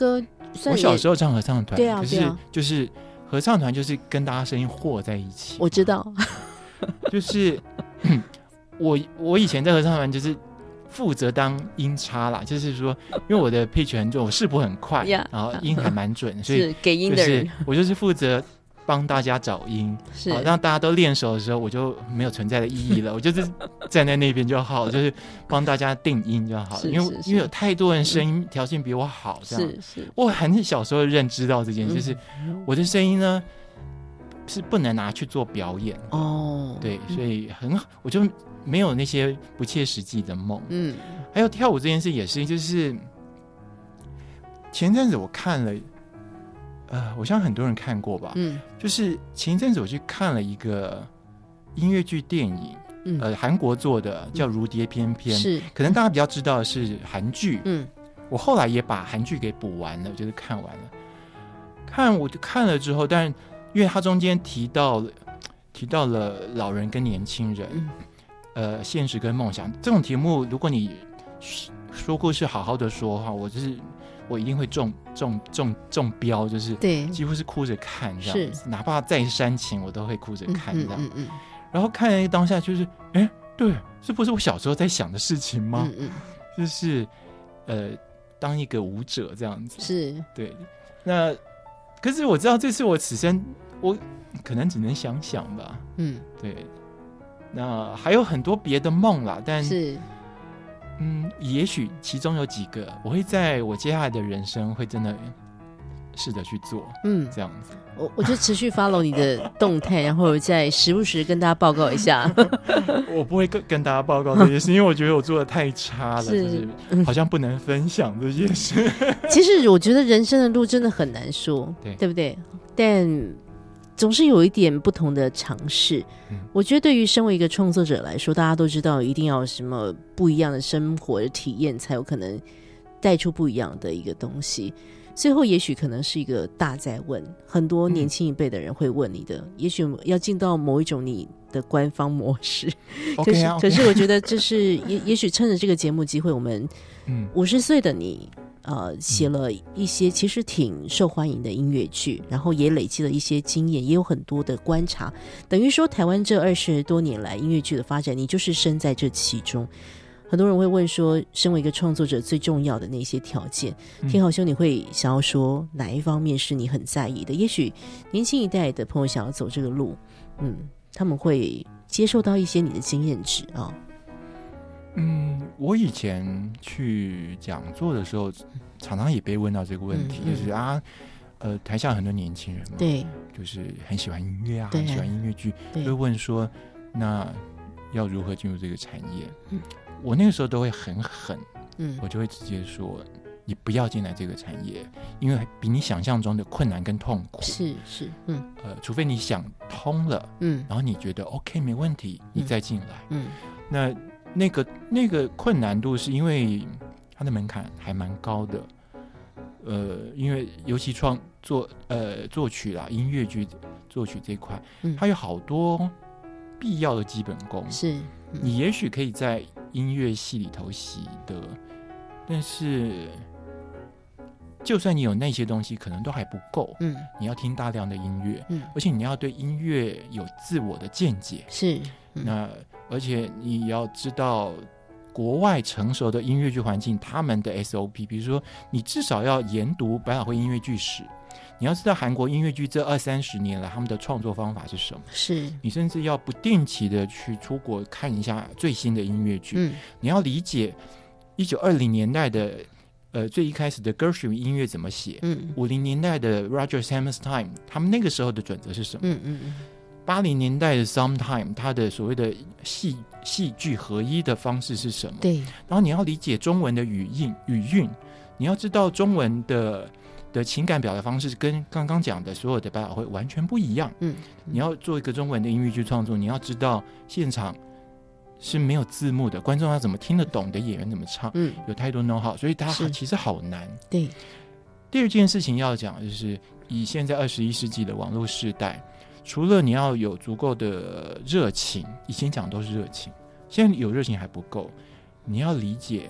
我小时候唱合唱团， 对啊， 可是就是合唱团就是跟大家声音和在一起。 我知道， 就是我我以前在合唱团就是负责当音叉啦，就是说因为我的 pitch 很准，我视谱很快， yeah, 然后音还蛮准，所以是给音的人， 我就是负责帮大家找音， 是让大家都练熟的时候，我就没有存在的意义了。我就是站在那边就好了，就是帮大家定音就好了。因为因为有太多人声音条件比我好，这样是是。 我很小时候认知到这件事，就是我的声音呢是不能拿去做表演哦。对，所以很好，我就没有那些不切实际的梦。嗯，还有跳舞这件事也是，就是前阵子我看了。呃，我相信很多人看过吧，嗯，就是前一阵子我去看了一个音乐剧电影，嗯，呃，韩国做的叫《如蝶翩翩》，是，可能大家比较知道的是韩剧，嗯，我后来也把韩剧给补完了，就是看完了，看我就看了之后，但因为它中间提到了提到了老人跟年轻人，嗯、呃，现实跟梦想这种题目，如果你说故事好好的说哈，我就是。我一定会中中中中标，就是对，几乎是哭着看这样子，哪怕再煽情，我都会哭着看这样。嗯嗯嗯嗯、然后看当下就是，哎，对，这不是我小时候在想的事情吗？嗯嗯、就是呃，当一个舞者这样子，是对。那可是我知道，这是我此生我可能只能想想吧。嗯，对。那还有很多别的梦啦，但是。嗯，也许其中有几个，我会在我接下来的人生会真的试着去做，嗯，这样子。 我我就持续 follow 你的动态，然后再时不时跟大家报告一下。 我不会跟跟大家报告这件事，因为我觉得我做的太差了，是就是好像不能分享这件事。 其实我觉得人生的路真的很难说，对对不对？但总是有一点不同的尝试、嗯、我觉得对于身为一个创作者来说，大家都知道一定要有什么不一样的生活的体验才有可能带出不一样的一个东西。最后也许可能是一个大哉问，很多年轻一辈的人会问你的、嗯、也许要进到某一种你的官方模式、 okay 可是、 啊 okay、 可是我觉得这是也也许趁着这个节目机会，我们五十岁的你呃，写了一些其实挺受欢迎的音乐剧，然后也累积了一些经验，也有很多的观察，等于说台湾这二十多年来音乐剧的发展，你就是身在这其中。很多人会问说，身为一个创作者最重要的那些条件，天豪兄你会想要说哪一方面是你很在意的？也许年轻一代的朋友想要走这个路，嗯，他们会接受到一些你的经验值啊、哦。 嗯，我以前去讲座的时候，常常也被问到这个问题，嗯嗯、就是啊，呃，台下很多年轻人嘛， 对， 就是很喜欢音乐啊，很喜欢音乐剧，会问说，那要如何进入这个产业？嗯、我那个时候都会很狠，嗯，我就会直接说，你不要进来这个产业，因为比你想象中的困难跟痛苦。 是是，嗯， 呃，除非你想通了，嗯，然后你觉得 OK 没问题，你再进来，嗯，那。那个那个困难度是因为它的门槛还蛮高的，呃，因为尤其创作呃作曲啦，音乐剧作曲这一块，嗯，它有好多必要的基本功， 是、 嗯、你也许可以在音乐系里头习得，但是就算你有那些东西，可能都还不够，嗯，你要听大量的音乐，嗯，而且你要对音乐有自我的见解， 是、 嗯、那。而且你要知道国外成熟的音乐剧环境他们的 S O P， 比如说你至少要研读百老汇音乐剧史，你要知道韩国音乐剧这二三十年来他们的创作方法是什么， 是你甚至要不定期的去出国看一下最新的音乐剧、嗯、你要理解一九二零年代的呃最一开始的 Gershwin 音乐怎么写，嗯，五零年代的 Roger Hammerstein 他们那个时候的准则是什么，嗯嗯嗯八零年代的 Sometime 它的所谓的戏戏剧合一的方式是什么？ 对， 然后你要理解中文的语音语韵，你要知道中文的的情感表达方式跟刚刚讲的所有的百老汇完全不一样。嗯，你要做一个中文的音乐剧创作，你要知道现场是没有字幕的，观众要怎么听得懂的，演员怎么唱，嗯，有太多 know how， 所以它其实好难。 对， 第二件事情要讲就是以现在二十一世纪的网络时代。除了你要有足够的热情，以前讲都是热情，现在有热情还不够，你要理解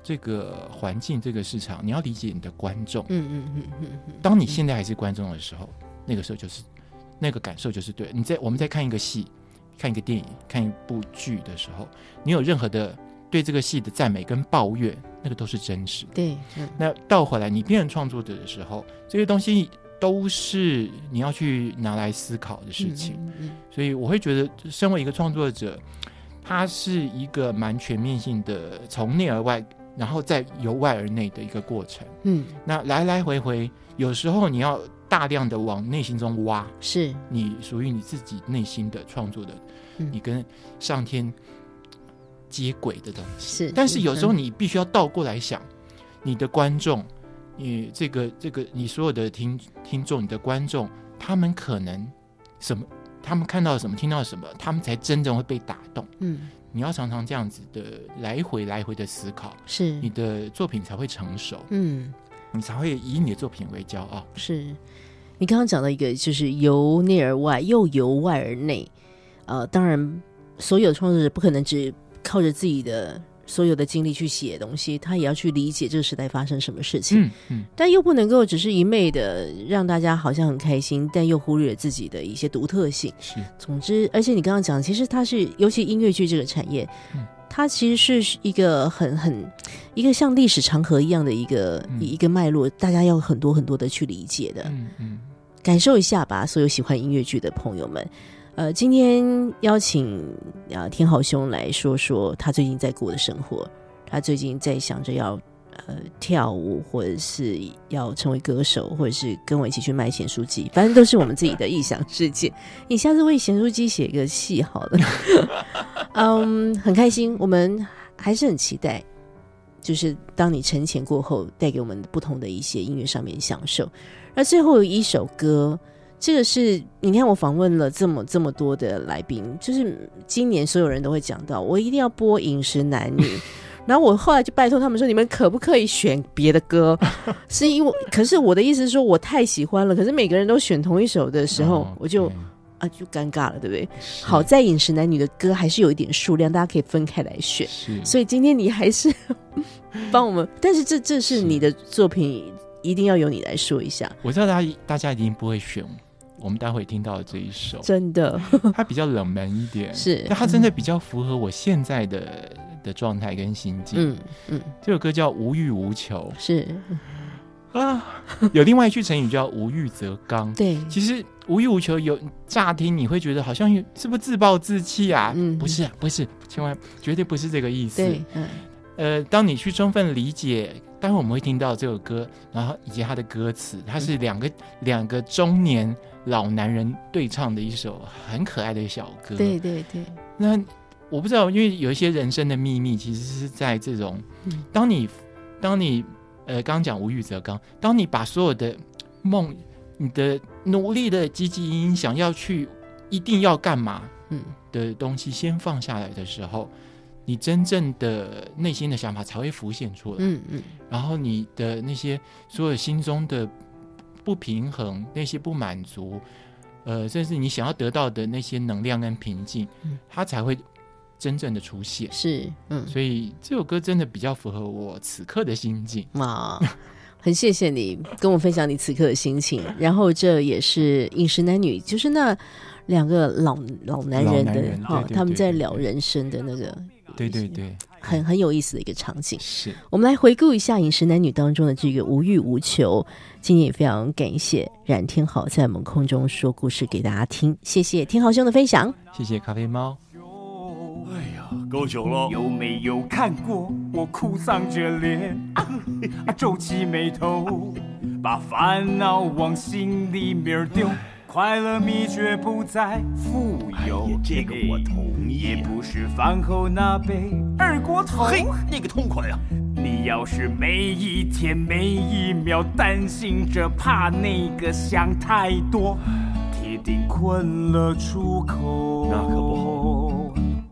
这个环境、这个市场，你要理解你的观众。 嗯嗯嗯嗯嗯。 当你现在还是观众的时候，那个时候就是那个感受就是对。你在我们在看一个戏、看一个电影、看一部剧的时候，你有任何的对这个戏的赞美跟抱怨，那个都是真实的。 对，嗯、 那倒回来，你变成创作者的时候，这些东西都是你要去拿来思考的事情。嗯嗯嗯、所以我会觉得，身为一个创作者，它是一个蛮全面性的，从内而外，然后再由外而内的一个过程。嗯，那来来回回，有时候你要大量的往内心中挖， 是你属于你自己内心的创作的，嗯、你跟上天接轨的东西。 是， 但是有时候你必须要倒过来想，你的观众。你这个这个，你所有的听听众，你的观众，他们可能什么？他们看到什么，听到什么，他们才真正会被打动。嗯，你要常常这样子的来回来回的思考， 是你的作品才会成熟。嗯，你才会以你的作品为骄傲。 是你刚刚讲到一个，就是由内而外，又由外而内。呃，当然，所有创作者不可能只靠着自己的。所有的精力去写东西，他也要去理解这个时代发生什么事情，嗯嗯、但又不能够只是一昧的让大家好像很开心，但又忽略了自己的一些独特性。 是， 总之，而且你刚刚讲，其实它是，尤其音乐剧这个产业，嗯、它其实是一个很很一个像历史长河一样的一个、嗯、一个脉络，大家要很多很多的去理解的。嗯嗯、感受一下吧，所有喜欢音乐剧的朋友们。呃，今天邀请啊天豪兄来说说他最近在过的生活，他最近在想着要呃跳舞，或者是要成为歌手，或者是跟我一起去卖咸酥鸡，反正都是我们自己的臆想世界。你下次为咸酥鸡写个戏好了。嗯，很开心，我们还是很期待，就是当你沉潜过后，带给我们不同的一些音乐上面享受。而最后有一首歌。这个是你看我访问了这么这么多的来宾，就是今年所有人都会讲到我一定要播饮食男女，然后我后来就拜托他们说你们可不可以选别的歌，是因为可是我的意思是说我太喜欢了，可是每个人都选同一首的时候、哦、我就啊就尴尬了，对不对？好在饮食男女的歌还是有一点数量，大家可以分开来选，所以今天你还是帮我们，但是这这是你的作品，一定要由你来说一下。 我知道大家大家一定不会选我们待会听到的这一首， 真的它比较冷门一点， 是， 但它真的比较符合我现在的的状态跟心境。嗯嗯，这首歌叫《无欲无求》， 是啊，有另外一句成语叫“无欲则刚”。 对， 其实无欲无求有乍听你会觉得好像是不是自暴自弃啊？嗯，不是啊，不是，千万绝对不是这个意思。 对，嗯， 呃，当你去充分理解。待会我们会听到这首歌，然后以及它的歌词，它是两个、嗯、两个中年老男人对唱的一首很可爱的小歌。 对对对。 那我不知道，因为有一些人生的秘密，其实是在这种，嗯、当你当你呃刚刚讲无欲则刚，当你把所有的梦、你的努力的积极影想要去一定要干嘛嗯的东西先放下来的时候。你真正的内心的想法才会浮现出来，嗯嗯，然后你的那些所有心中的不平衡、那些不满足，呃，甚至你想要得到的那些能量跟平静，嗯、它才会真正的出现。 是，嗯， 所以这首歌真的比较符合我此刻的心境啊。很谢谢你跟我分享你此刻的心情，然后这也是饮食男女，就是那两个老老男人的哈，他们在聊人生的那个。 对对对， 很很有意思的一个场景。 是， 我们来回顾一下饮食男女当中的这个无欲无求。今天也非常感谢冉天豪在我们空中说故事给大家听，谢谢天豪兄的分享， 谢谢咖啡猫。 哎呀，够久了， 有没有看过我哭丧着脸，啊啊、皱起眉头，把烦恼往心里面丢？快乐秘诀不在富有， 哎、这个我同意， 也不是饭后那杯二锅头， 嘿，那个痛快啊！ 你要是每一天每一秒担心着怕那个想太多，铁定困了出口。 那可不好。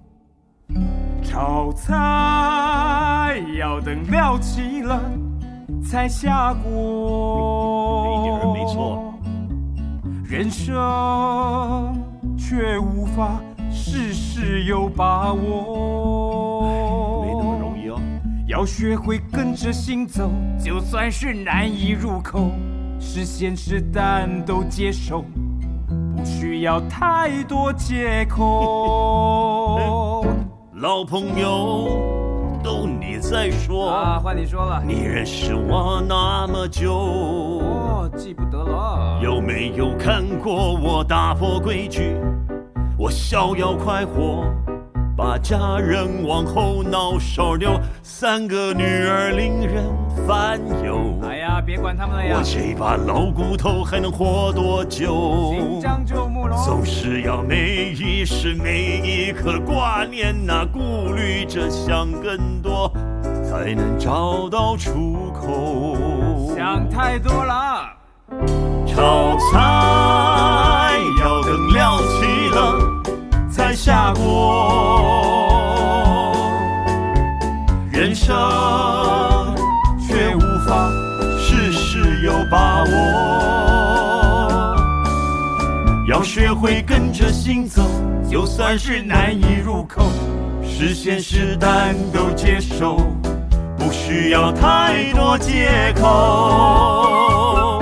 炒菜要等料齐了才下锅， 这一点没错。 人生却无法事事有把握， 没那么容易哦。 要学会跟着心走，就算是难以入口，是现实但都接受，不需要太多借口。 老朋友，都你在说啊，换你说了。 你认识我那么久， 哦，记不得了。 有没有看过我打破规矩？我逍遥快活，把家人往后脑勺溜，三个女儿令人烦忧。 哎呀，别管他们了呀！ 我这把老骨头还能活多久？ 新将就木喽。 总是要每一时每一刻挂念那、啊、顾虑着想更多，才能找到出口。 想太多了。 炒菜要等料齐了才下锅，人生却无法事事有把握，要学会跟着心走，就算是难以入口，是现实但都接受，不需要太多借口。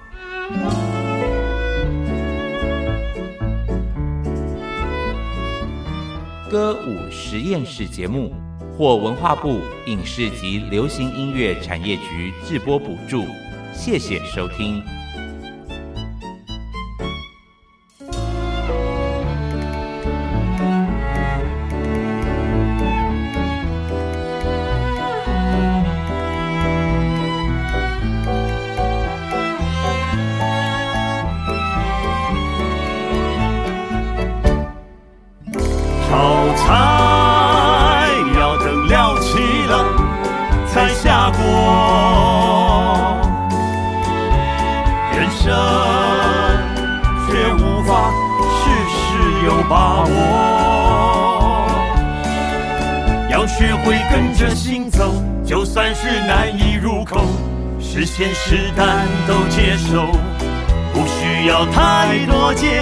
歌舞实验室节目获文化部影视及流行音乐产业局制播补助，谢谢收听。 把握，要学会跟着心走，就算是难以入口，是现实但都接受，不需要太多借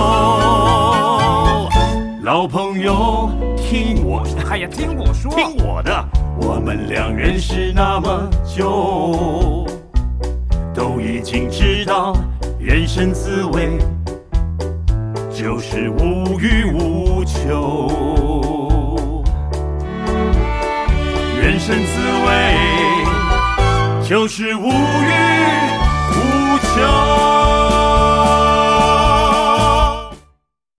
口。老朋友，听我， 哎呀，听我说， 听我的，我们两人是那么久，都已经知道人生滋味。就是无欲无求，人生滋味就是无欲无求。